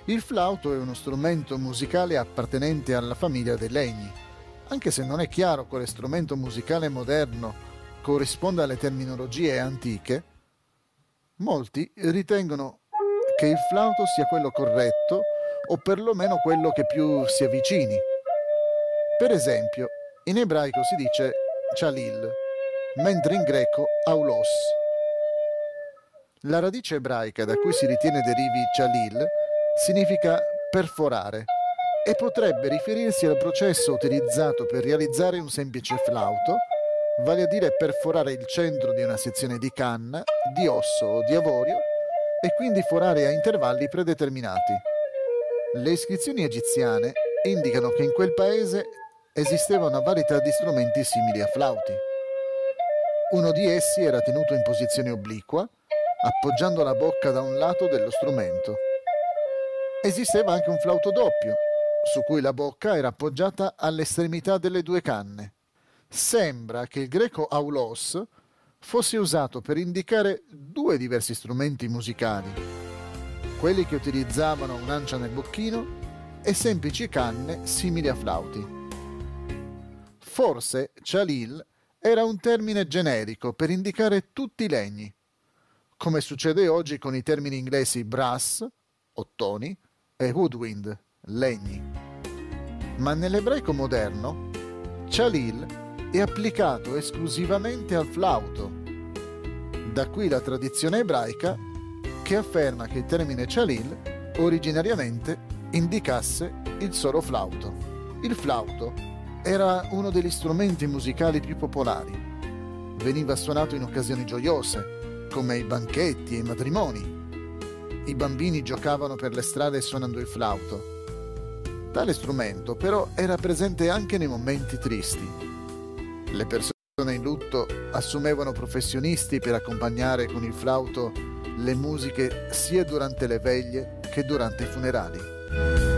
Il flauto è uno strumento musicale appartenente alla famiglia dei legni. Anche se non è chiaro quale strumento musicale moderno corrisponda alle terminologie antiche, molti ritengono che il flauto sia quello corretto o perlomeno quello che più si avvicini. Per esempio, in ebraico si dice chalil, mentre in greco aulos. La radice ebraica da cui si ritiene derivi chalil significa perforare e potrebbe riferirsi al processo utilizzato per realizzare un semplice flauto, vale a dire perforare il centro di una sezione di canna, di osso o di avorio e quindi forare a intervalli predeterminati. Le iscrizioni egiziane indicano che in quel paese esisteva una varietà di strumenti simili a flauti. Uno di essi era tenuto in posizione obliqua, appoggiando la bocca da un lato dello strumento. Esisteva anche un flauto doppio, su cui la bocca era appoggiata all'estremità delle due canne. Sembra che il greco aulos fosse usato per indicare due diversi strumenti musicali, quelli che utilizzavano un'ancia nel bocchino e semplici canne simili a flauti. Forse chalil era un termine generico per indicare tutti i legni, come succede oggi con i termini inglesi brass, ottoni, e woodwind, legni. Ma nell'ebraico moderno, chalil è applicato esclusivamente al flauto. Da qui la tradizione ebraica che afferma che il termine chalil originariamente indicasse il solo flauto. Il flauto era uno degli strumenti musicali più popolari. Veniva suonato in occasioni gioiose, come i banchetti e i matrimoni. I bambini giocavano per le strade suonando il flauto. Tale strumento però era presente anche nei momenti tristi. Le persone in lutto assumevano professionisti per accompagnare con il flauto le musiche sia durante le veglie che durante i funerali.